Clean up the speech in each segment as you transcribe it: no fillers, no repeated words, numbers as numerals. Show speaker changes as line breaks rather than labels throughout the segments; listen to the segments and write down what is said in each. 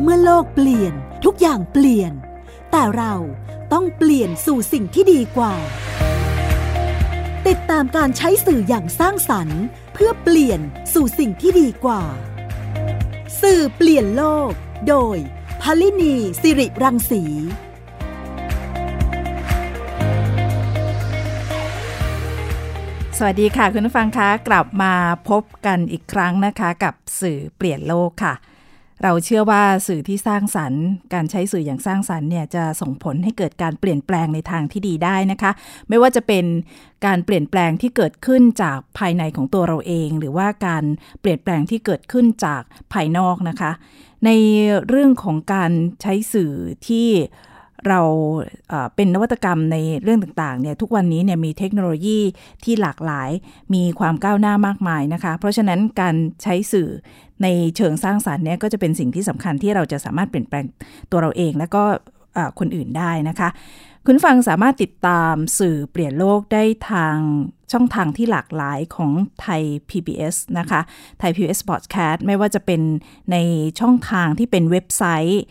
มื่อโลกเปลี่ยนทุกอย่างเปลี่ยนแต่เราต้องเปลี่ยนสู่สิ่งที่ดีกว่าติดตามการใช้สื่ออย่างสร้างสรรค์เพื่อเปลี่ยนสู่สิ่งที่ดีกว่าสื่อเปลี่ยนโลกโดยพลินีสิริรังสี
สวัสดีค่ะคุณผู้ฟังคะกลับมาพบกันอีกครั้งนะคะกับสื่อเปลี่ยนโลกค่ะเราเชื่อว่าสื่อที่สร้างสรรค์การใช้สื่ออย่างสร้างสรรค์เนี่ยจะส่งผลให้เกิดการเปลี่ยนแปลงในทางที่ดีได้นะคะไม่ว่าจะเป็นการเปลี่ยนแปลงที่เกิดขึ้นจากภายในของตัวเราเองหรือว่าการเปลี่ยนแปลงที่เกิดขึ้นจากภายนอกนะคะในเรื่องของการใช้สื่อที่เราเป็นนวัตกรรมในเรื่องต่างๆเนี่ยทุกวันนี้เนี่ยมีเทคโนโลยีที่หลากหลายมีความก้าวหน้ามากมายนะคะเพราะฉะนั้นการใช้สื่อในเชิงสร้างสรรค์เนี่ยก็จะเป็นสิ่งที่สำคัญที่เราจะสามารถเปลี่ยนแปลงตัวเราเองและก็คนอื่นได้นะคะคุณฟังสามารถติดตามสื่อเปลี่ยนโลกได้ทางช่องทางที่หลากหลายของไทย PBS นะคะไทย PBS Podcast ไม่ว่าจะเป็นในช่องทางที่เป็นเว็บไซต์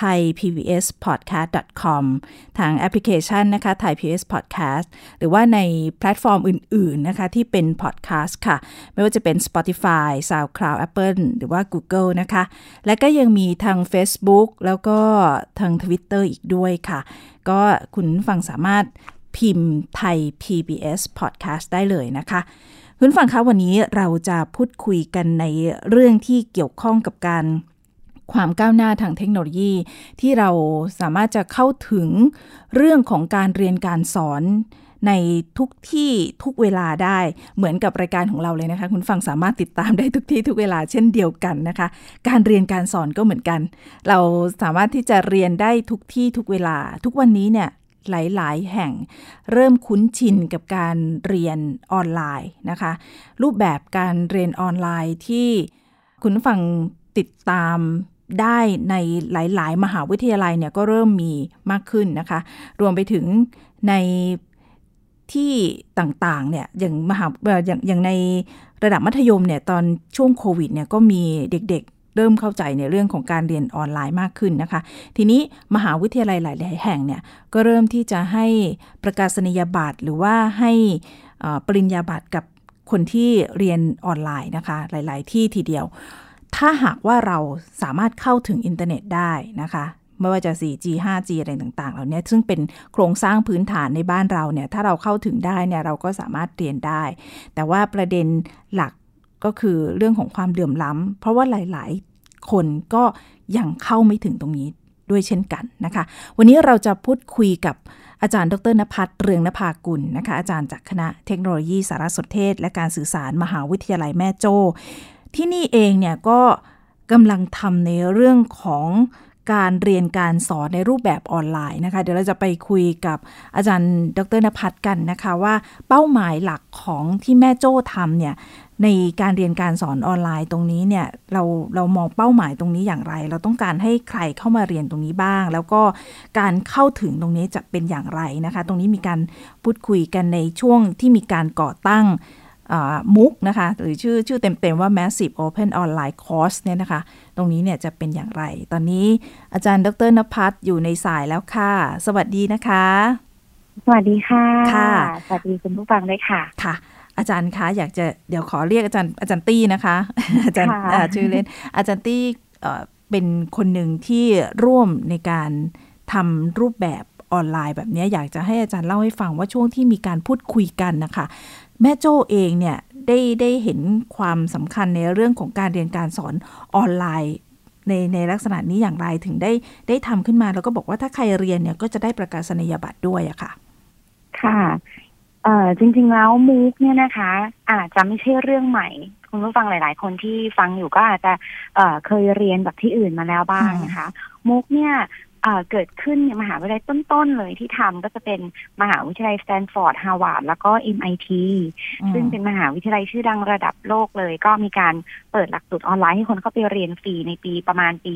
thaipbspodcast.com ทางแอปพลิเคชันนะคะ Thai PBS Podcast หรือว่าในแพลตฟอร์มอื่นๆนะคะที่เป็น podcast ค่ะไม่ว่าจะเป็น Spotify, SoundCloud, Apple หรือว่า Google นะคะและก็ยังมีทาง Facebook แล้วก็ทาง Twitter อีกด้วยค่ะก็คุณฟังสามารถพิมพ์ Thai PBS Podcast ได้เลยนะคะคุณฟังคะวันนี้เราจะพูดคุยกันในเรื่องที่เกี่ยวข้องกับความก้าวหน้าทางเทคโนโลยีที่เราสามารถจะเข้าถึงเรื่องของการเรียนการสอนในทุกที่ทุกเวลาได้เหมือนกับรายการของเราเลยนะคะคุณฟังสามารถติดตามได้ทุกที่ทุกเวลาเช่นเดียวกันนะคะการเรียนการสอนก็เหมือนกันเราสามารถที่จะเรียนได้ทุกที่ทุกเวลาทุกวันนี้เนี่ยหลายๆแห่งเริ่มคุ้นชินกับการเรียนออนไลน์นะคะรูปแบบการเรียนออนไลน์ที่คุณฟังติดตามได้ในหลายๆมหาวิทยาลัยเนี่ยก็เริ่มมีมากขึ้นนะคะรวมไปถึงในที่ต่างๆเนี่ยอย่างในระดับมัธยมเนี่ยตอนช่วงโควิดเนี่ยก็มีเด็กๆเริ่มเข้าใจในเรื่องของการเรียนออนไลน์มากขึ้นนะคะทีนี้มหาวิทยาลัยหลายๆแห่งเนี่ยก็เริ่มที่จะให้ประกาศนียบัตรหรือว่าให้ปริญญาบัตรกับคนที่เรียนออนไลน์นะคะหลายๆที่ทีเดียวถ้าหากว่าเราสามารถเข้าถึงอินเทอร์เน็ตได้นะคะไม่ว่าจะ 4G 5G อะไรต่างๆเหล่านี้ซึ่งเป็นโครงสร้างพื้นฐานในบ้านเราเนี่ยถ้าเราเข้าถึงได้เนี่ยเราก็สามารถเรียนได้แต่ว่าประเด็นหลักก็คือเรื่องของความเหลื่อมล้ำเพราะว่าหลายๆคนก็ยังเข้าไม่ถึงตรงนี้ด้วยเช่นกันนะคะวันนี้เราจะพูดคุยกับอาจารย์ดร.ณภัทร เรืองนภากุลนะคะอาจารย์จากคณะเทคโนโลยีสารสนเทศและการสื่อสารมหาวิทยาลัยแม่โจ้ที่นี่เองเนี่ยก็กำลังทำในเรื่องของการเรียนการสอนในรูปแบบออนไลน์นะคะเดี๋ยวเราจะไปคุยกับอาจารย์ดร.ณภัทรกันนะคะว่าเป้าหมายหลักของที่แม่โจ้ทำเนี่ยในการเรียนการสอนออนไลน์ตรงนี้เนี่ยเรามองเป้าหมายตรงนี้อย่างไรเราต้องการให้ใครเข้ามาเรียนตรงนี้บ้างแล้วก็การเข้าถึงตรงนี้จะเป็นอย่างไรนะคะตรงนี้มีการพูดคุยกันในช่วงที่มีการก่อตั้งมุกนะคะหรือชื่อเต็มๆว่า Massive Open Online Course เนี่ยนะคะตรงนี้เนี่ยจะเป็นอย่างไรตอนนี้อาจารย์ดร.ณภัทรอยู่ในสายแล้วค่ะสวัสดีนะคะ
สวัสดีค่ะสวัสดีคุณผู้ฟังด้วยค่ะ
ค่ะอาจารย์คะอยากจะเดี๋ยวขอเรียกอาจารย์ตี้นะคะอาจารย์ชื่อเล่นอาจารย์ตี้เป็นคนหนึ่งที่ร่วมในการทำรูปแบบออนไลน์แบบนี้อยากจะให้อาจารย์เล่าให้ฟังว่าช่วงที่มีการพูดคุยกันนะคะแม่โจ้เองเนี่ยได้เห็นความสำคัญในเรื่องของการเรียนการสอนออนไลน์ในลักษณะนี้อย่างไรถึงได้ทำขึ้นมาแล้วก็บอกว่าถ้าใครเรียนเนี่ยก็จะได้ประกาศนียบัตรด้วยอะค่ะ
ค่ะจริงๆแล้วมูกเนี่ยนะคะอาจจะไม่ใช่เรื่องใหม่คุณผู้ฟังหลายๆคนที่ฟังอยู่ก็อาจจะเคยเรียนแบบที่อื่นมาแล้วบ้างนะคะมูกเนี่ยเกิดขึ้นในมหาวิทยาลัยต้นๆเลยที่ทำก็จะเป็นมหาวิทยาลัยสแตนฟอร์ด ฮาร์วาร์ดแล้วก็ MIT ซึ่งเป็นมหาวิทยาลัยชื่อดังระดับโลกเลยก็มีการเปิดหลักสูตรออนไลน์ให้คนเข้าไปเรียนฟรีในประมาณปี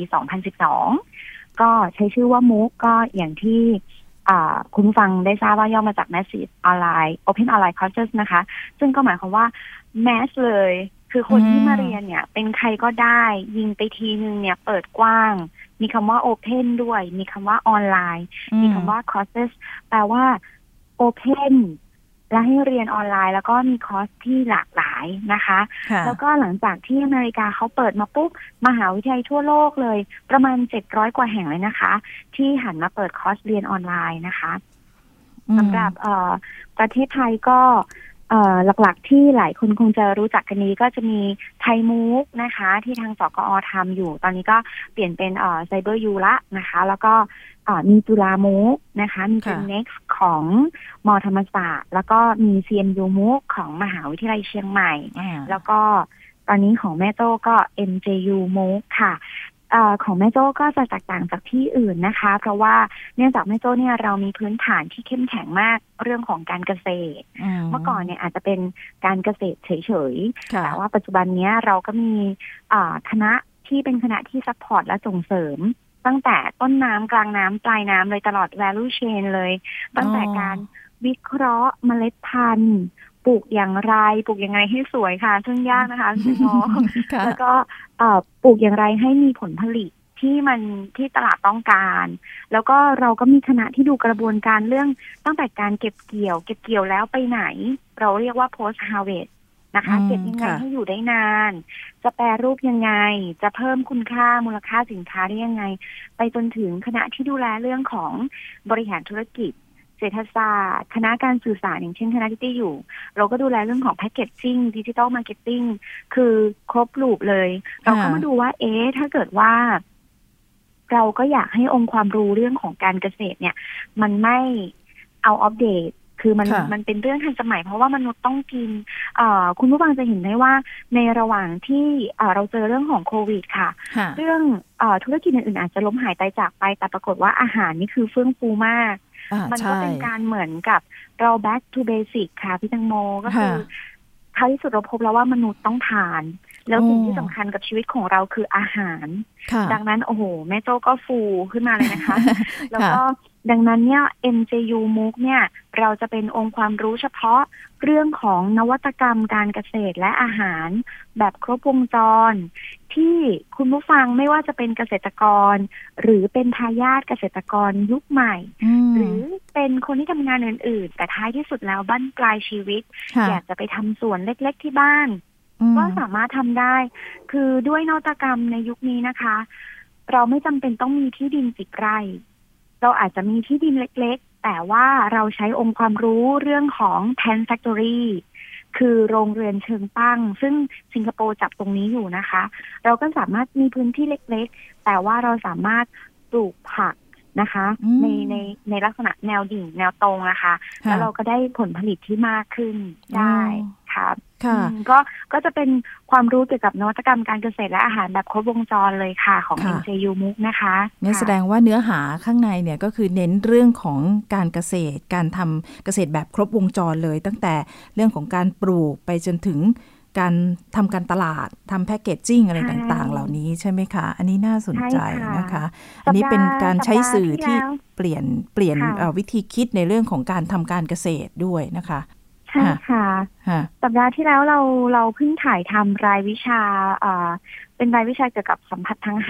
2012 ก็ใช้ชื่อว่ามูกก็อย่างที่คุณฟังได้ทราบว่าย่อมาจาก Massive Online Open Online Courses นะคะซึ่งก็หมายความว่า Mass เลยคคือคนที่มาเรียนเนี่ยเป็นใครก็ได้ยิงไปทีนึงเนี่ยเปิดกว้างมีคำว่า open ด้วยมีคำว่าออนไลน์มีคำว่า courses แปลว่า open และให้เรียนออนไลน์แล้วก็มีคอร์สที่หลากหลายนะคะแล้วก็หลังจากที่อเมริกาเขาเปิดมาปุ๊บมหาวิทยาลัยทั่วโลกเลยประมาณ700กว่าแห่งเลยนะคะที่หันมาเปิดคอร์สเรียนออนไลน์นะคะสำหรับประเทศไทยก็หลักๆที่หลายคนคงจะรู้จักกันนี้ก็จะมีไทยมูฟนะคะที่ทางสกอ.ทำอยู่ตอนนี้ก็เปลี่ยนเป็นไซเบอร์ยูละนะคะแล้วก็มีจุฬามูฟนะคะมีเป็น Next ของม.ธรรมศาสตร์แล้วก็มี CMU มูฟของมหาวิทยาลัยเชียงใหม่แล้วก็ตอนนี้ของแม่โจ้ก็ MJU มูฟค่ะของแม่โจ้ก็จะแตกต่างจากที่อื่นนะคะเพราะว่าเนื่องจากแม่โจ้เนี่ยเรามีพื้นฐานที่เข้มแข็งมากเรื่องของการเกษตรเมื่อก่อนเนี่ยอาจจะเป็นการเกษตรเฉยๆแต่ว่าปัจจุบันนี้เราก็มีคณะที่เป็นคณะที่ซัพพอร์ตและส่งเสริมตั้งแต่ต้นน้ำกลางน้ำปลายน้ำเลยตลอด value chain เลยตั้งแต่การวิเคราะห์เมล็ดพันธุ์ปลูกอย่างไรปลูกยังไงให้สวยค่ะซึ่งยากนะคะคุณหมอแล้วก็ปลูกอย่างไรให้มีผลผลิตที่ตลาดต้องการแล้วก็เราก็มีคณะที่ดูกระบวนการเรื่องตั้งแต่การเก็บเกี่ยวแล้วไปไหนเราเรียกว่า post harvest นะคะเก็บยังไงให้อยู่ได้นานจะแปรรูปยังไงจะเพิ่มคุณค่ามูลค่าสินค้าได้ยังไงไปจนถึงคณะที่ดูแลเรื่องของบริหารธุรกิจเศรษฐศาสตร์คณะการสื่อสารอย่างเช่นคณะที่อยู่เราก็ดูแลเรื่องของแพคเกจจิ้งดิจิทัลมาร์เก็ตติ้งคือครบลูปเลยเราก็มาดูว่าถ้าเกิดว่าเราก็อยากให้องค์ความรู้เรื่องของการเกษตรเนี่ยมันไม่เอาอัปเดตคือมันเป็นเรื่องทันสมัยเพราะว่ามนุษย์ต้องกินคุณผู้ฟังจะเห็นได้ว่าในระหว่างที่เราเจอเรื่องของโควิดค่ะเรื่องธุรกิจอื่นๆอาจจะล้มหายตายจากไปแต่ปรากฏว่าอาหารนี่คือเฟื่องฟูมากมันก็เป็นการเหมือนกับเรา back to basic ค่ะพี่ตังโมก็คือท้ายที่สุดเราพบแล้วว่ามนุษย์ต้องทานแล้วสิ่งที่สำคัญกับชีวิตของเราคืออาหารดังนั้นโอ้โหแม่โจ้ก็ฟูขึ้นมาเลยนะคะ แล้วก็ดังนั้นเนี่ย MJU MOOC เนี่ยเราจะเป็นองค์ความรู้เฉพาะเรื่องของนวัตกรรมการเกษตรและอาหารแบบครบวงจรที่คุณผู้ฟังไม่ว่าจะเป็นเกษตรกรหรือเป็นทายาทเกษตรกรยุคใหม่หรือเป็นคนที่ทำงานอื่นๆแต่ท้ายที่สุดแล้วบั้นปลายชีวิตอยากจะไปทำสวนเล็กๆที่บ้านก็สามารถทำได้คือด้วยนวัตกรรมในยุคนี้นะคะเราไม่จำเป็นต้องมีที่ดิน10 ไร่เราอาจจะมีที่ดินเล็กๆแต่ว่าเราใช้องค์ความรู้เรื่องของ Tent Factory คือโรงเรือนเชิงตั้งซึ่งสิงคโปร์จับตรงนี้อยู่นะคะเราก็สามารถมีพื้นที่เล็กๆแต่ว่าเราสามารถปลูกผักนะคะในลักษณะแนวดิ่งแนวตรงนะคะแล้วเราก็ได้ผลผลิตที่มากขึ้นได้ครับก็จะเป็นความรู้เกี่ยวกับนวัตกรรมการเกษตรและอาหารแบบครบวงจรเลยค่ะของ MJU MOOC นะคะ
นี่แสดงว่าเนื้อหาข้างในเนี่ยก็คือเน้นเรื่องของการเกษตรการทำเกษตรแบบครบวงจรเลยตั้งแต่เรื่องของการปลูกไปจนถึงการทำการตลาดทำแพคเกจจิ้งอะไรต่างๆเหล่านี้ใช่ไหมคะอันนี้น่าสนใจนะคะอันนี้เป็นการใช้สื่อที่เปลี่ยนวิธีคิดในเรื่องของการทำการเกษตรด้วยนะคะ
ใช่ค่ะสัปดาห์ที่แล้วเราเพิ่งถ่ายทำรายวิชาเป็นรายวิชาเกี่ยวกับสัมผัสทั้ง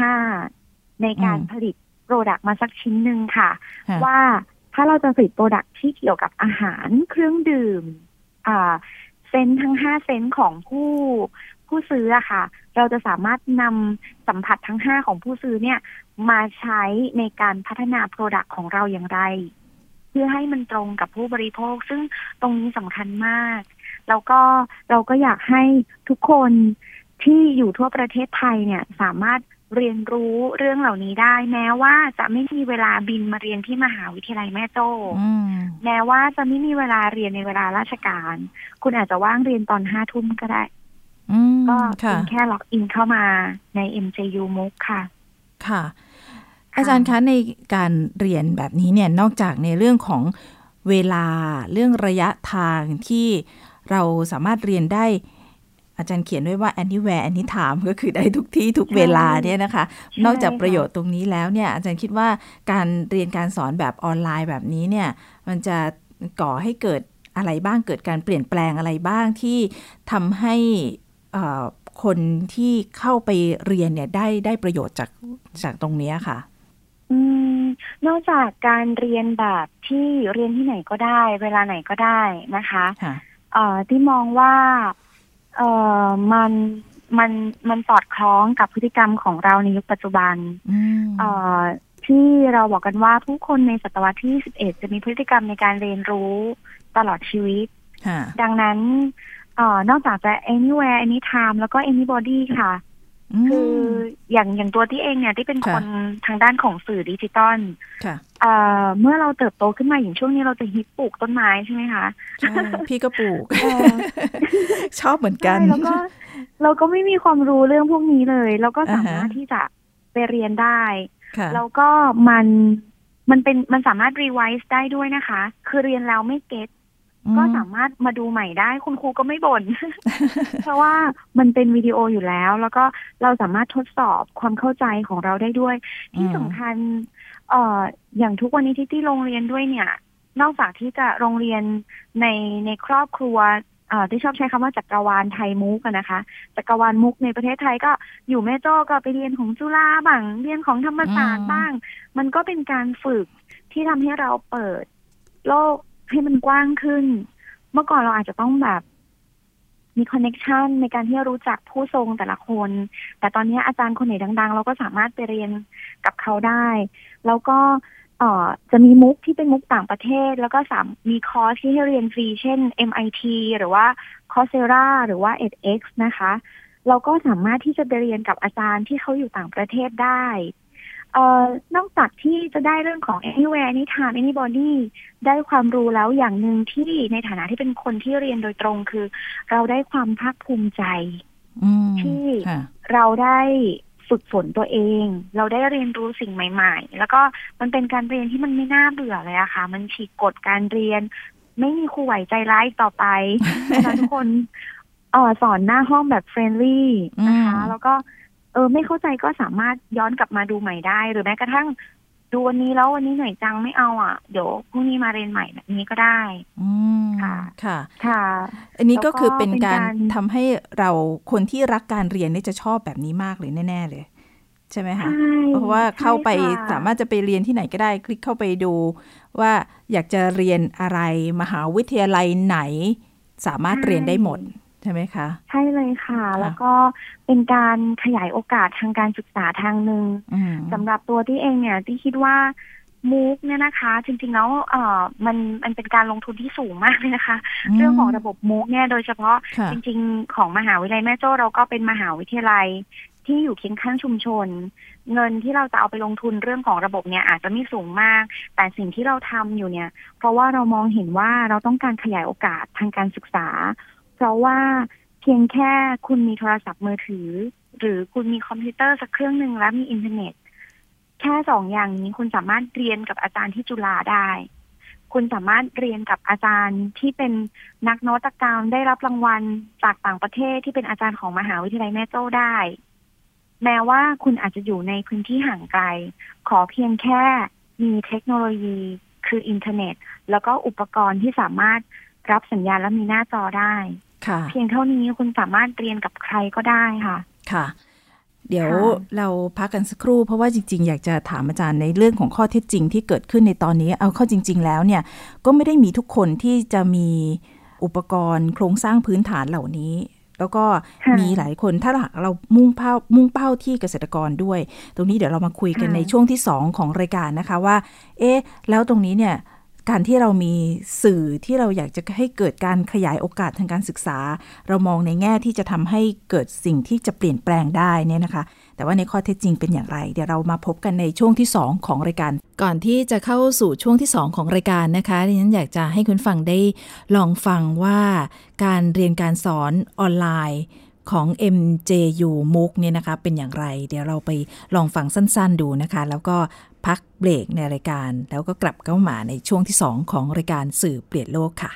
5ในการผลิตโปรดักต์มาสักชิ้นหนึ่งค่ะว่าถ้าเราจะผลิตโปรดักต์ที่เกี่ยวกับอาหารเครื่องดื่มเซนส์ทั้ง5เซนส์ของผู้ซื้ออะค่ะเราจะสามารถนำสัมผัสทั้ง5ของผู้ซื้อเนี่ยมาใช้ในการพัฒนาโปรดักต์ของเราอย่างไรเพื่อให้มันตรงกับผู้บริโภคซึ่งตรงนี้สำคัญมากแล้วก็เราก็อยากให้ทุกคนที่อยู่ทั่วประเทศไทยเนี่ยสามารถเรียนรู้เรื่องเหล่านี้ได้แม้ว่าจะไม่มีเวลาบินมาเรียนที่มหาวิทยาลัยแม่โจ้แม้ว่าจะไม่มีเวลาเรียนในเวลาราชการคุณอาจจะว่างเรียนตอน5 ทุ่มก็ได้ก็เป็นแค่ล็อกอินเข้ามาใน MJU MOOC ค่ะ
ค่ะอาจารย์คะในการเรียนแบบนี้เนี่ยนอกจากในเรื่องของเวลาเรื่องระยะทางที่เราสามารถเรียนได้อาจารย์เขียนไว้ว่า anywhere anytime ก็คือได้ทุกที่ทุกเวลาเนี่ยนะคะนอกจากประโยชน์ตรงนี้แล้วเนี่ยอาจารย์คิดว่าการเรียนการสอนแบบออนไลน์แบบนี้เนี่ยมันจะก่อให้เกิดอะไรบ้างเกิดการเปลี่ยนแปลงอะไรบ้างที่ทำให้คนที่เข้าไปเรียนเนี่ยได้ประโยชน์จากตรงนี้ค่ะ
นอกจากการเรียนแบบที่เรียนที่ไหนก็ได้เวลาไหนก็ได้นะคะที่มองว่ามันสอดคล้องกับพฤติกรรมของเราในยุคปัจจุบันที่เราบอกกันว่าผู้คนในศตวรรษที่21จะมีพฤติกรรมในการเรียนรู้ตลอดชีวิตดังนั้นนอกจากจะ anywhere anytime แล้วก็ anybody ค่ะคืออย่างตัวที่เองเนี่ยที่เป็นคนทางด้านของสื่อดิจิตอลเมื่อเราเติบโตขึ้นมาอย่างช่วงนี้เราจะฮิตปลูกต้นไม้ใช่ไหมคะ
พี่ก็ปลูก ชอบเหมือนกัน
แล้วก็เราก็ไม่มีความรู้เรื่องพวกนี้เลยแล้วก็สามารถที่จะไปเรียนได้แล้วก็มันสามารถรีไวซ์ได้ด้วยนะคะคือเรียนแล้วไม่เก็ตก็สามารถมาดูใหม่ได้คุณครูก็ไม่บ่น เพราะว่ามันเป็นวิดีโออยู่แล้วแล้วก็เราสามารถทดสอบความเข้าใจของเราได้ด้วยที่สำคัญอย่างทุกวันนี้ที่โรงเรียนด้วยเนี่ยนอกจากที่จะโรงเรียนในครอบครัวที่ชอบใช้คำว่าจักรวาลไทยมุกนะคะจักรวาลมุกในประเทศไทยก็อยู่แม่โจ้ก็ไปเรียนของจุฬาบ้างเรียนของธรรมศาสตร์บ้างมันก็เป็นการฝึกที่ทำให้เราเปิดโลกให้มันกว้างขึ้นเมื่อก่อนเราอาจจะต้องแบบมีคอนเนคชันในการที่จะรู้จักผู้ทรงแต่ละคนแต่ตอนนี้อาจารย์คนไหนดังๆเราก็สามารถไปเรียนกับเขาได้แล้วก็จะมีมุกที่เป็นมุกต่างประเทศแล้วก็มีคอร์สที่ให้เรียนฟรีเช่น MIT หรือว่า Coursera หรือว่า edX นะคะเราก็สามารถที่จะไปเรียนกับอาจารย์ที่เขาอยู่ต่างประเทศได้นอกจากที่จะได้เรื่องของ anywhere anytime anybody ได้ความรู้แล้วอย่างหนึ่งที่ในฐานะที่เป็นคนที่เรียนโดยตรงคือเราได้ความภาคภูมิใจที่เราได้ฝึกฝนตัวเองเราได้เรียนรู้สิ่งใหม่ๆแล้วก็มันเป็นการเรียนที่มันไม่น่าเบื่อเลยอะค่ะมันฉีกกฎการเรียนไม่มีครูไหวใจร้ายต่อไปทุกคนสอนหน้าห้องแบบเฟรนลี่นะคะแล้วก็ไม่เข้าใจก็สามารถย้อนกลับมาดูใหม่ได้หรือแม้กระทั่งดูวันนี้แล้ววันนี้เหนื่อยจังไม่เอาอ่ะเดี๋ยวพรุ่งนี้มาเรียนใหม่แบบนี้ก็ได้
ค่ะค่ะอันนี้ก็คือเป็นการทำให้เราคนที่รักการเรียนนี่จะชอบแบบนี้มากเลยแน่ๆเลยใช่ไหมคะเพราะว่าเข้าไปสามารถจะไปเรียนที่ไหนก็ได้คลิกเข้าไปดูว่าอยากจะเรียนอะไรมหาวิทยาลัยไหนสามารถเรียนได้หมดใช่ไหมคะ
ใช่เลยค่ะแล้วก็เป็นการขยายโอกาสทางการศึกษาทางหนึ่งสำหรับตัวที่เองเนี่ยที่คิดว่ามูกเนี่ยนะคะจริงๆแล้วมันเป็นการลงทุนที่สูงมากเลยนะคะเรื่องของระบบมูกเนี่ยโดยเฉพาะจริงๆของมหาวิทยาลัยแม่โจ้เราก็เป็นมหาวิทยาลัยที่อยู่เคียงข้างชุมชนเงินที่เราจะเอาไปลงทุนเรื่องของระบบเนี่ยอาจจะไม่สูงมากแต่สิ่งที่เราทำอยู่เนี่ยเพราะว่าเรามองเห็นว่าเราต้องการขยายโอกาสทางการศึกษาเพราะว่าเพียงแค่คุณมีโทรศัพท์มือถือหรือคุณมีคอมพิวเตอร์สักเครื่องนึงและมีอินเทอร์เน็ตแค่2 อย่างนี้คุณสามารถเรียนกับอาจารย์ที่จุฬาได้คุณสามารถเรียนกับอาจารย์ที่เป็นนักนวัตกรรมได้รับรางวัลจากต่างประเทศที่เป็นอาจารย์ของมหาวิทยาลัยแม่โจ้ได้แม้ว่าคุณอาจจะอยู่ในพื้นที่ห่างไกลขอเพียงแค่มีเทคโนโลยีคืออินเทอร์เน็ตแล้วก็อุปกรณ์ที่สามารถรับสัญญาณและมีหน้าจอได้เพียงเท่านี้คุณสามารถเรียนกับใครก็ได้ค่ะ
ค่ะเดี๋ยวเราพักกันสักครู่เพราะว่าจริงๆอยากจะถามอาจารย์ในเรื่องของข้อเท็จจริงที่เกิดขึ้นในตอนนี้เอาเข้าจริงๆแล้วเนี่ยก็ไม่ได้มีทุกคนที่จะมีอุปกรณ์โครงสร้างพื้นฐานเหล่านี้แล้วก็มีหลายคนถ้าเรามุ่งเป้าที่เกษตรกรด้วยตรงนี้เดี๋ยวเรามาคุยกันในช่วงที่2ของรายการนะคะว่าแล้วตรงนี้เนี่ยการที่เรามีสื่อที่เราอยากจะให้เกิดการขยายโอกาสทางการศึกษาเรามองในแง่ที่จะทำให้เกิดสิ่งที่จะเปลี่ยนแปลงได้เนี่ยนะคะแต่ว่าในข้อเท็จจริงเป็นอย่างไรเดี๋ยวเรามาพบกันในช่วงที่2ของรายการก่อนที่จะเข้าสู่ช่วงที่2ของรายการนะคะดิฉันอยากจะให้คุณฟังได้ลองฟังว่าการเรียนการสอนออนไลน์ของ MJU MOOC เนี่ยนะคะเป็นอย่างไรเดี๋ยวเราไปลองฟังสั้นๆดูนะคะแล้วก็พักเบรกในรายการแล้วก็กลับเข้ามาในช่วงที่2ของรายการสื่อเปลี่ยนโลกค่ะ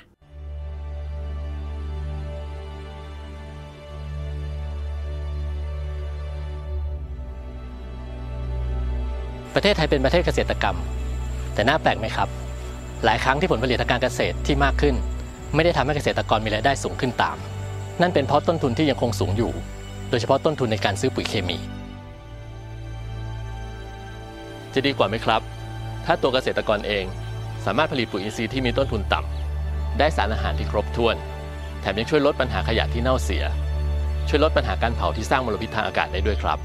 ประเทศไทยเป็นประเทศเกษตรกรรมแต่น่าแปลกไหมครับหลายครั้งที่ผลผลิตทางการเกษตรที่มากขึ้นไม่ได้ทำให้เกษตรกรมีรายได้สูงขึ้นตามนั่นเป็นเพราะต้นทุนที่ยังคงสูงอยู่โดยเฉพาะต้นทุนในการซื้อปุ๋ยเคมีจะดีกว่าไหมครับถ้าตัวเกษตรกรเองสามารถผลิตปุ๋ยอินทรีย์ที่มีต้นทุนต่ำได้สารอาหารที่ครบถ้วนแถมยังช่วยลดปัญหาขยะที่เน่าเสียช่วยลดปัญหาการเผาที่สร้างมลพิษทางอากาศได้ด้วยครับ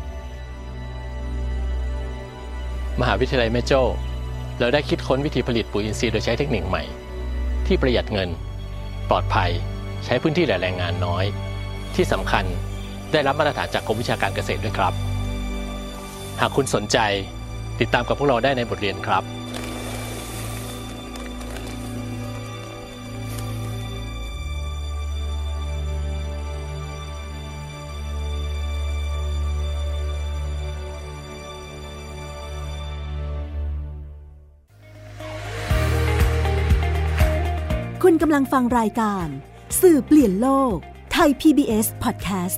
มหาวิทยาลัยแม่โจ้เราได้คิดค้นวิธีผลิตปุ๋ยอินทรีย์โดยใช้เทคนิคใหม่ที่ประหยัดเงินปลอดภัยใช้พื้นที่และแรงงานน้อยที่สำคัญได้รับมาตรฐานจากกรมวิชาการเกษตรด้วยครับหากคุณสนใจติดตามกับพวกเราได้ในบทเรียนครับ
คุณกำลังฟังรายการสื่อเปลี่ยนโลกไทย PBS Podcast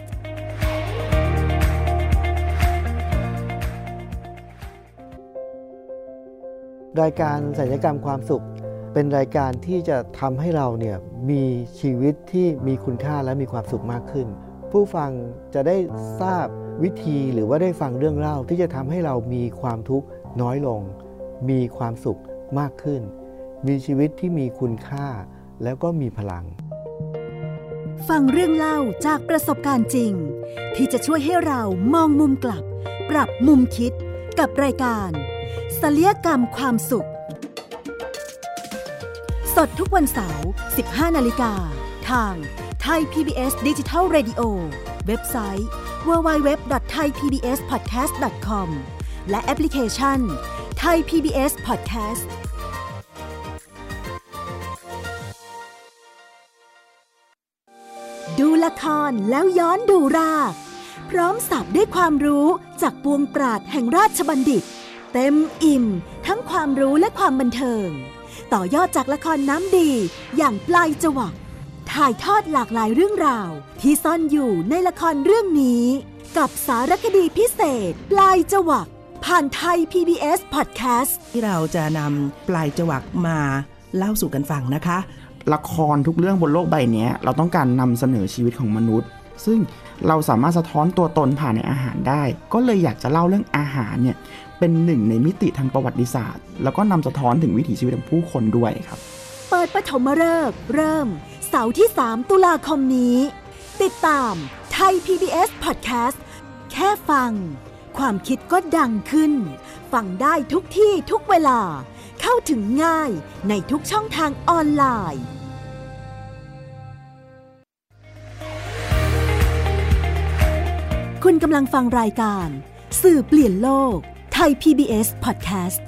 รายการศัลยกรรมความสุขเป็นรายการที่จะทำให้เราเนี่ยมีชีวิตที่มีคุณค่าและมีความสุขมากขึ้นผู้ฟังจะได้ทราบวิธีหรือว่าได้ฟังเรื่องเล่าที่จะทำให้เรามีความทุกข์น้อยลงมีความสุขมากขึ้นมีชีวิตที่มีคุณค่าแล้วก็มีพลัง
ฟังเรื่องเล่าจากประสบการณ์จริงที่จะช่วยให้เรามองมุมกลับปรับมุมคิดกับรายการศัลยกรรมความสุขสดทุกวันเสาร์ 15:00 น.ทาง Thai PBS Digital Radio เว็บไซต์ www.thaipbspodcast.com และแอปพลิเคชัน Thai PBS Podcastดูละครแล้วย้อนดูรากพร้อมสับด้วยความรู้จากปวงปราชญ์แห่งราชบัณฑิตเต็มอิ่มทั้งความรู้และความบันเทิงต่อยอดจากละครน้ำดีอย่างปลายจวักถ่ายทอดหลากหลายเรื่องราวที่ซ่อนอยู่ในละครเรื่องนี้กับสารคดีพิเศษปลายจวักผ่านไทย PBS Podcast
ที่เราจะนำปลายจวักมาเล่าสู่กันฟังนะคะ
ละครทุกเรื่องบนโลกใบนี้เราต้องการนำเสนอชีวิตของมนุษย์ซึ่งเราสามารถสะท้อนตัวตนผ่านในอาหารได้ก็เลยอยากจะเล่าเรื่องอาหารเนี่ยเป็นหนึ่งในมิติทางประวัติศาสตร์แล้วก็นำสะท้อนถึงวิถีชีวิตของผู้คนด้วยครับ
เปิดปฐมฤกษ์เริ่มเสาร์ที่3 ตุลาคมนี้ติดตามไทย PBS Podcast แค่ฟังความคิดก็ดังขึ้นฟังได้ทุกที่ทุกเวลาเข้าถึงง่ายในทุกช่องทางออนไลน์คุณกำลังฟังรายการสื่อเปลี่ยนโลกไทย PBS Podcast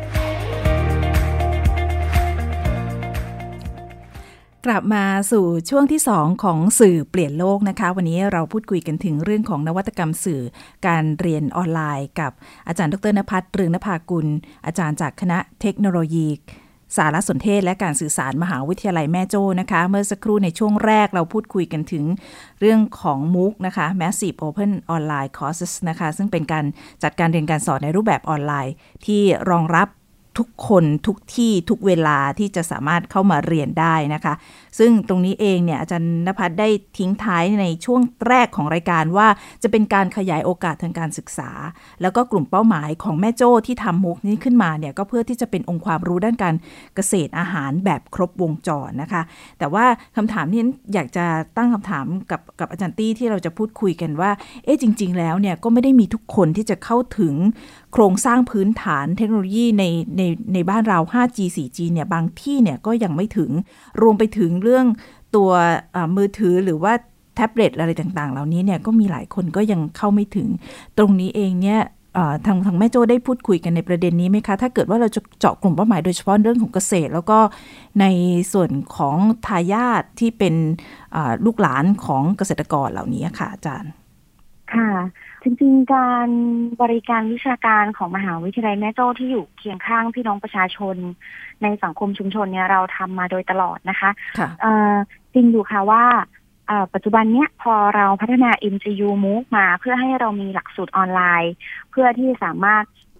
กลับมาสู่ช่วงที่2ของสื่อเปลี่ยนโลกนะคะวันนี้เราพูดคุยกันถึงเรื่องของนวัตกรรมสื่อการเรียนออนไลน์กับอาจารย์ดร.ณภัทร เรืองนภากุลอาจารย์จากคณะเทคโนโลยีสารสนเทศและการสื่อสารมหาวิทยาลัยแม่โจ้นะคะเมื่อสักครู่ในช่วงแรกเราพูดคุยกันถึงเรื่องของ MOOC นะคะ Massive Open Online Courses นะคะซึ่งเป็นการจัดการเรียนการสอนในรูปแบบออนไลน์ที่รองรับทุกคนทุกที่ทุกเวลาที่จะสามารถเข้ามาเรียนได้นะคะซึ่งตรงนี้เองเนี่ยอาจารย์ณภัทรได้ทิ้งท้ายในช่วงแรกของรายการว่าจะเป็นการขยายโอกาสทางการศึกษาแล้วก็กลุ่มเป้าหมายของแม่โจ้ที่ทำMOOCนี้ขึ้นมาเนี่ยก็เพื่อที่จะเป็นองค์ความรู้ด้านการเกษตรอาหารแบบครบวงจรนะคะแต่ว่าคำถามนี้อยากจะตั้งคำถามกับอาจารย์ตี้ที่เราจะพูดคุยกันว่าจริงๆแล้วเนี่ยก็ไม่ได้มีทุกคนที่จะเข้าถึงโครงสร้างพื้นฐานเทคโนโลยีในบ้านเรา 5G 4G เนี่ยบางที่เนี่ยก็ยังไม่ถึงรวมไปถึงเรื่องตัวมือถือหรือว่าแท็บเล็ตอะไรต่างๆเหล่านี้เนี่ยก็มีหลายคนก็ยังเข้าไม่ถึงตรงนี้เองเนี่ยทางแม่โจ้ได้พูดคุยกันในประเด็นนี้ไหมคะถ้าเกิดว่าเราจะเจาะกลุ่มเป้าหมายโดยเฉพาะเรื่องของเกษตรแล้วก็ในส่วนของทายาทที่เป็นลูกหลานของเกษตรกรเหล่านี้ค่ะอาจารย์
ค่ะจริงๆการบริการวิชาการของมหาวิทยาลัยแม่โจ้ที่อยู่เคียงข้างพี่น้องประชาชนในสังคมชุมชนเนี่ยเราทำมาโดยตลอดนะคะจริงอยู่ค่ะว่าปัจจุบันเนี้ยพอเราพัฒนา MCU MOOC มาเพื่อให้เรามีหลักสูตรออนไลน์เพื่อที่สามารถ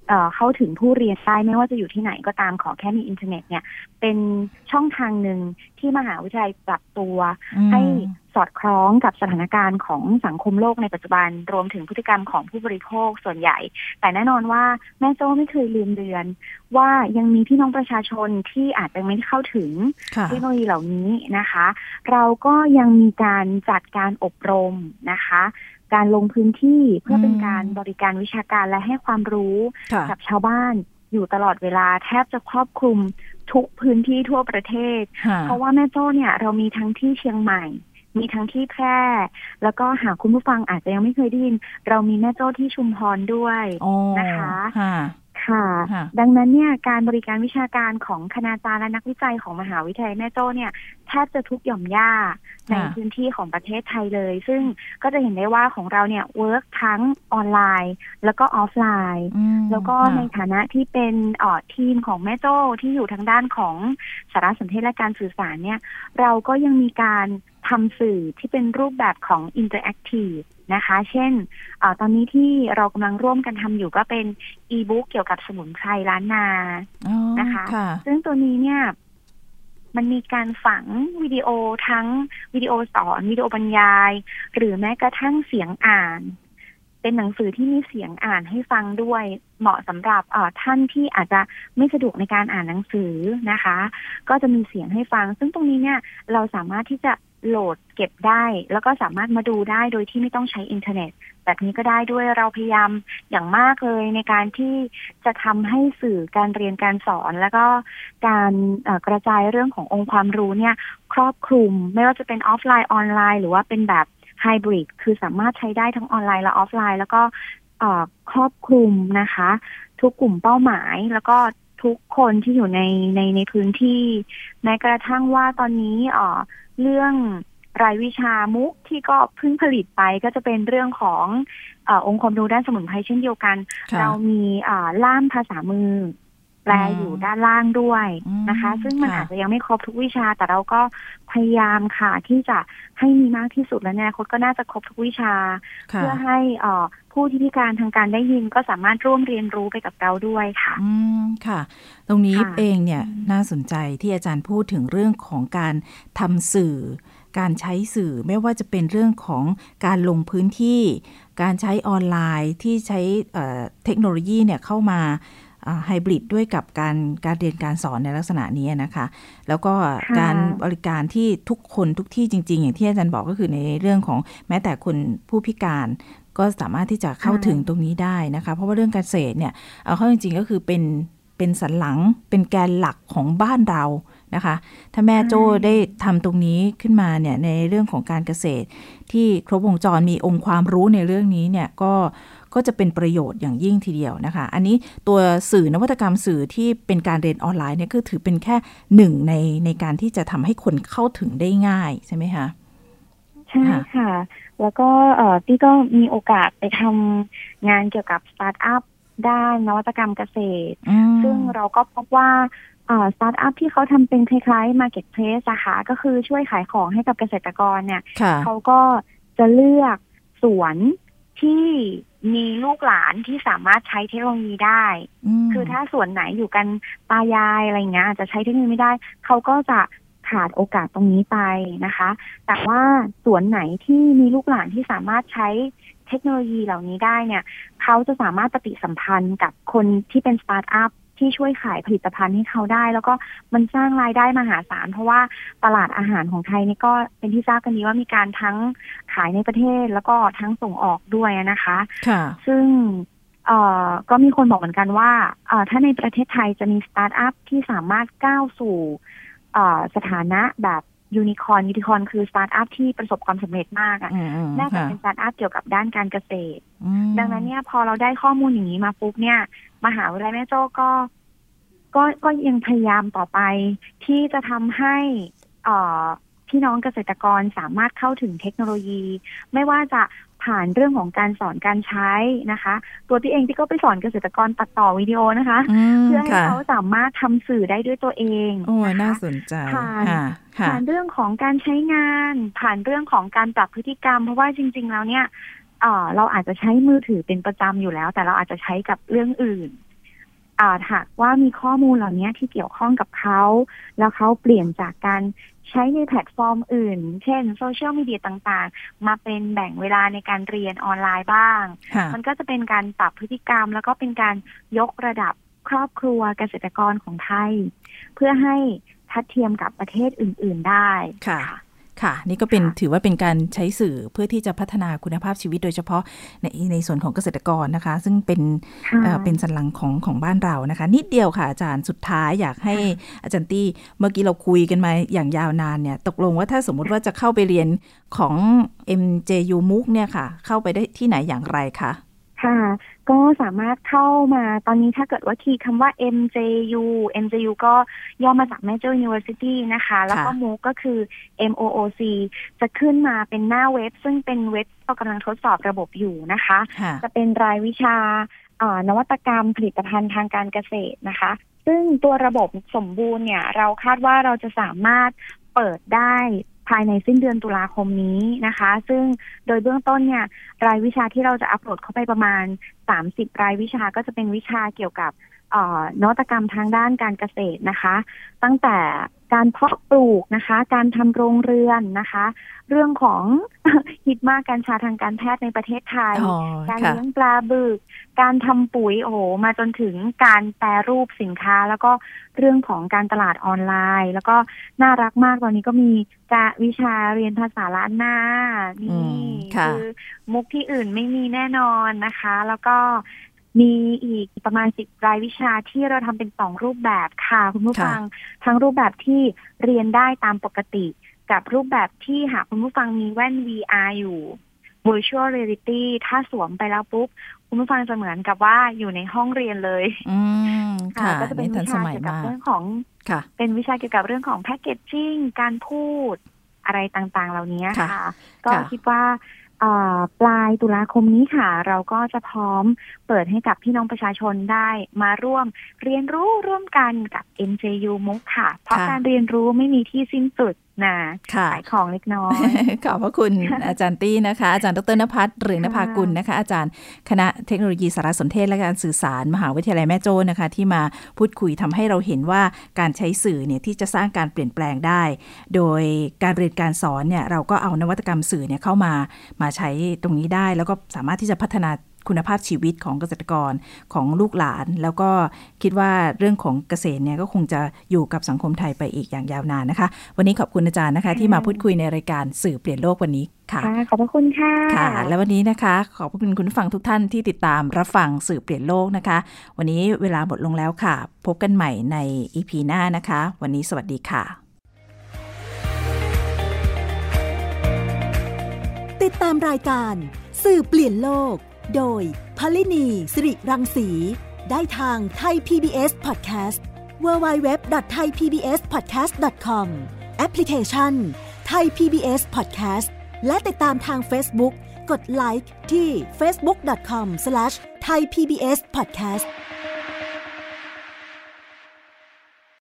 เข้าถึงผู้เรียนได้ไม่ว่าจะอยู่ที่ไหนก็ตามขอแค่มีอินเทอร์เน็ตเนี่ยเป็นช่องทางหนึ่งที่มหาวิทยาลัยปรับตัวให้สอดคล้องกับสถานการณ์ของสังคมโลกในปัจจุบันรวมถึงพฤติกรรมของผู้บริโภคส่วนใหญ่แต่แน่นอนว่าแม่โจ้ไม่เคยลืมเลือนว่ายังมีพี่น้องประชาชนที่อาจจะไม่เข้าถึงเทคโนโลยีเหล่านี้นะคะเราก็ยังมีการจัดการอบรมนะคะการลงพื้นที่เพื่อเป็นการบริการวิชาการและให้ความรู้กับชาวบ้านอยู่ตลอดเวลาแทบจะครอบคลุมทุกพื้นที่ทั่วประเทศเพราะว่าแม่โจ้เนี่ยเรามีทั้งที่เชียงใหม่มีทั้งที่แพร่แล้วก็หากคุณผู้ฟังอาจจะยังไม่เคยได้ยินเรามีแม่โจ้ที่ชุมพรด้วยนะคะค่ะดังนั้นเนี่ยการบริการวิชาการของคณาจารย์และนักวิจัยของมหาวิทยาลัยแม่โจ้เนี่ยแทบจะทุกหย่อมย่าในพื้นที่ของประเทศไทยเลยซึ่งก็จะเห็นได้ว่าของเราเนี่ยเวิร์กทั้งออนไลน์แล้วก็ออฟไลน์แล้วก็ในฐานะที่เป็นทีมของแม่โจ้ที่อยู่ทางด้านของสารสนเทศและการสื่อสารเนี่ยเราก็ยังมีการทำสื่อที่เป็นรูปแบบของอินเตอร์แอคทีฟนะคะเช่นตอนนี้ที่เรากำลังร่วมกันทำอยู่ก็เป็นอีบุ๊กเกี่ยวกับสมุนไพรล้านนานะคะซึ่งตัวนี้เนี่ยมันมีการฝังวิดีโอทั้งวิดีโอสอนวิดีโอบรรยายหรือแม้กระทั่งเสียงอ่านเป็นหนังสือที่มีเสียงอ่านให้ฟังด้วยเหมาะสำหรับท่านที่อาจจะไม่สะดวกในการอ่านหนังสือนะคะก็จะมีเสียงให้ฟังซึ่งตรงนี้เนี่ยเราสามารถที่จะโหลดเก็บได้แล้วก็สามารถมาดูได้โดยที่ไม่ต้องใช้อินเทอร์เน็ตแบบนี้ก็ได้ด้วยเราพยายามอย่างมากเลยในการที่จะทำให้สื่อการเรียนการสอนแล้วก็การกระจายเรื่องขององค์ความรู้เนี่ยครอบคลุมไม่ว่าจะเป็นออฟไลน์ออนไลน์หรือว่าเป็นแบบไฮบริดคือสามารถใช้ได้ทั้งออนไลน์และออฟไลน์แล้วก็ครอบคลุมนะคะทุกกลุ่มเป้าหมายแล้วก็ทุกคนที่อยู่ในพื้นที่แม้กระทั่งว่าตอนนี้เรื่องรายวิชามุกที่ก็เพิ่งผลิตไปก็จะเป็นเรื่องขององค์ความรู้ด้านสมุนไพรเช่นเดียวกันเรามีล่ามภาษามือแปลอยู่ด้านล่างด้วยนะคะซึ่งมันอาจจะยังไม่ครบทุกวิชาแต่เราก็พยายามค่ะที่จะให้มีมากที่สุดและในอนาคตก็น่าจะครบทุกวิชาเพื่อให้ผู้ที่พิการทางการได้ยินก็สามารถร่วมเรียนรู้ไปกับเราด้วยค่ะ
ค่ะตรงนี้เองเนี่ยน่าสนใจที่อาจารย์พูดถึงเรื่องของการทำสื่อการใช้สื่อไม่ว่าจะเป็นเรื่องของการลงพื้นที่การใช้ออนไลน์ที่ใช้เทคโนโลยีเนี่ยเข้ามาไฮบริดด้วยกับการเรียนการสอนในลักษณะนี้นะคะแล้วก็การบริการที่ทุกคนทุกที่จริงๆอย่างที่อาจารย์บอกก็คือในเรื่องของแม้แต่คนผู้พิการก็สามารถที่จะเข้าถึงตรงนี้ได้นะคะเพราะว่าเรื่องเกษตรเนี่ยเอาเข้าจริงๆก็คือเป็นสันหลังเป็นแกนหลักของบ้านเรานะคะถ้าแม่โจ้ได้ทำตรงนี้ขึ้นมาเนี่ยในเรื่องของการเกษตรที่ครบวงจรมีองค์ความรู้ในเรื่องนี้เนี่ยก็จะเป็นประโยชน์อย่างยิ่งทีเดียวนะคะอันนี้ตัวสื่อนวัตกรรมสื่อที่เป็นการเรียนออนไลน์เนี่ยคือถือเป็นแค่หนึ่งในการที่จะทำให้คนเข้าถึงได้ง่ายใช่ไหมคะ
ใช่ค่ะแล้วก็พี่ก็มีโอกาสไปทำงานเกี่ยวกับสตาร์ทอัพด้านนวัตกรรมเกษตรซึ่งเราก็พบว่าสตาร์ทอัพที่เขาทำเป็นคล้ายๆ Marketplace อะค่ะก็คือช่วยขายของให้กับเกษตรกรเนี่ยเขาก็จะเลือกสวนที่มีลูกหลานที่สามารถใช้เทคโนโลยีได้คือถ้าสวนไหนอยู่กันตายายอะไรเงี้ยอาจจะใช้เทคโนโลยีไม่ได้เขาก็จะขาดโอกาสตรงนี้ไปนะคะแต่ว่าสวนไหนที่มีลูกหลานที่สามารถใช้เทคโนโลยีเหล่านี้ได้เนี่ยเขาจะสามารถปฏิสัมพันธ์กับคนที่เป็นสตาร์ทอัพที่ช่วยขายผลิตภัณฑ์ให้เขาได้แล้วก็มันสร้างรายได้มหาศาลเพราะว่าตลาดอาหารของไทยนี่ก็เป็นที่ทราบกันดีว่ามีการทั้งขายในประเทศแล้วก็ทั้งส่งออกด้วยนะคะซึ่งก็มีคนบอกเหมือนกันว่าถ้าในประเทศไทยจะมีสตาร์ทอัพที่สามารถก้าวสู่สถานะแบบยูนิคอร์นคือสตาร์ทอัพที่ประสบความสำเร็จมากน่าจะเป็นสตาร์ทอัพเกี่ยวกับด้านการเกษตรดังนั้นเนี่ยพอเราได้ข้อมูลอย่างนี้มาปุ๊บเนี่ยมหาวิทยาลัยแม่โจ้ก็ยังพยายามต่อไปที่จะทำให้พี่น้องเกษตรกรสามารถเข้าถึงเทคโนโลยีไม่ว่าจะผ่านเรื่องของการสอนการใช้นะคะตัวพี่เองที่ก็ไปสอนเกษตรกรตัดต่อวิดีโอนะคะเพื่อให้เขาสามารถทำสื่อได้ด้วยตัวเอง
โอ้น่าสนใจ
ผ่านเรื่องของการใช้งานผ่านเรื่องของการปรับพฤติกรรมเพราะว่าจริงๆแล้วเนี่ยเราอาจจะใช้มือถือเป็นประจำอยู่แล้วแต่เราอาจจะใช้กับเรื่องอื่นหากว่ามีข้อมูลเหล่านี้ที่เกี่ยวข้องกับเขาแล้วเขาเปลี่ยนจากการใช้ในแพลตฟอร์มอื่นเช่นโซเชียลมีเดียต่างๆมาเป็นแบ่งเวลาในการเรียนออนไลน์บ้างมันก็จะเป็นการปรับพฤติกรรมแล้วก็เป็นการยกระดับครอบครัวเกษตรกรของไทยเพื่อให้ทัดเทียมกับประเทศอื่นๆได้
ค่ะนี่ก็เป็นถือว่าเป็นการใช้สื่อเพื่อที่จะพัฒนาคุณภาพชีวิตโดยเฉพาะในส่วนของเกษตรกรนะคะซึ่งเป็นสันหลังของบ้านเรานะคะนิดเดียวค่ะอาจารย์สุดท้ายอยากให้อาจารย์ตี้เมื่อกี้เราคุยกันมาอย่างยาวนานเนี่ยตกลงว่าถ้าสมมุติว่าจะเข้าไปเรียนของ MJU MOOC เนี่ยค่ะเข้าไปได้ที่ไหนอย่างไรคะ
ค่ะก็สามารถเข้ามาตอนนี้ถ้าเกิดว่าคีย์คำว่า MJU ก็ย่อมาจาก Major University นะคะแล้วก็ MOOC ก็คือ MOOC จะขึ้นมาเป็นหน้าเว็บซึ่งเป็นเว็บเรากำลังทดสอบระบบอยู่นะคะจะเป็นรายวิชานวัตกรรมผลิตภัณฑ์ทางการเกษตรนะคะซึ่งตัวระบบสมบูรณ์เนี่ยเราคาดว่าเราจะสามารถเปิดได้ภายในสิ้นเดือนตุลาคมนี้นะคะซึ่งโดยเบื้องต้นเนี่ยรายวิชาที่เราจะอัปโหลดเข้าไปประมาณ30รายวิชาก็จะเป็นวิชาเกี่ยวกับนวัตกรรมทางด้านการเกษตรนะคะตั้งแต่การเพาะปลูกนะคะการทำโรงเรือนนะคะเรื่องของฮิตมากกัญชาทางการแพทย์ในประเทศไทยการเลี้ยงปลาบึกการทำปุ๋ยมาจนถึงการแปรรูปสินค้าแล้วก็เรื่องของการตลาดออนไลน์แล้วก็น่ารักมากตอนนี้ก็มีวิชาเรียนภาษาล้านนานี่คือมุกที่อื่นไม่มีแน่นอนนะคะแล้วก็มีอีกประมาณ10รายวิชาที่เราทำเป็น2รูปแบบค่ะคุณผู้ฟังทั้งรูปแบบที่เรียนได้ตามปกติกับรูปแบบที่หากคุณผู้ฟังมีแว่น VR อยู่ Virtual Reality ถ้าสวมไปแล้วปุ๊บคุณผู้ฟังจะเหมือนกับว่าอยู่ในห้องเรียนเลย
ค่ะ
ก็จะเป็นวิชาเกี่ยวกับเรื่องของเป็นวิชาเกี่ยวกับเรื่องของแพคเกจจิ้งการพูดอะไรต่างๆเหล่านี้ค่ะก็คิดว่าปลายตุลาคมนี้ค่ะเราก็จะพร้อมเปิดให้กับพี่น้องประชาชนได้มาร่วมเรียนรู้ร่วมกันกับ MJU MOOC ค่ะเพราะการเรียนรู้ไม่มีที่สิ้นสุดนะขายของเล็กน้อย
ขอบพระคุณอาจารย์ตี้นะคะอาจารย์ดร.ณภัทร หรือนภากุลนะคะอาจารย์คณะเทคโนโลยีสารสนเทศและการสื่อสารมหาวิทยาลัยแม่โจ้นะคะที่มาพูดคุยทำให้เราเห็นว่าการใช้สื่อเนี่ยที่จะสร้างการเปลี่ยนแปลงได้โดยการเรียนการสอนเนี่ยเราก็เอานวัตกรรมสื่อเนี่ยเข้ามาใช้ตรงนี้ได้แล้วก็สามารถที่จะพัฒนาคุณภาพชีวิตของเกษตรกรของลูกหลานแล้วก็คิดว่าเรื่องของเกษตรเนี่ยก็คงจะอยู่กับสังคมไทยไปอีกอย่างยาวนานนะคะวันนี้ขอบคุณอาจารย์นะคะที่มาพูดคุยในรายการสื่อเปลี่ยนโลกวันนี้ค่ะ
ขอบพระคุณค่ะ
ค่ะและวันนี้นะคะขอบคุณคุณผู้ฟังทุกท่านที่ติดตามรับฟังสื่อเปลี่ยนโลกนะคะวันนี้เวลาหมดลงแล้วค่ะพบกันใหม่ใน EP หน้านะคะวันนี้สวัสดีค่ะ
ติดตามรายการสื่อเปลี่ยนโลกโดยพลินีสิริรังสีได้ทาง Thai PBS Podcast www.thaipbspodcast.com แอปพลิเคชัน Thai PBS Podcast และติดตามทาง Facebook กดไลค์ที่ facebook.com/thaipbspodcast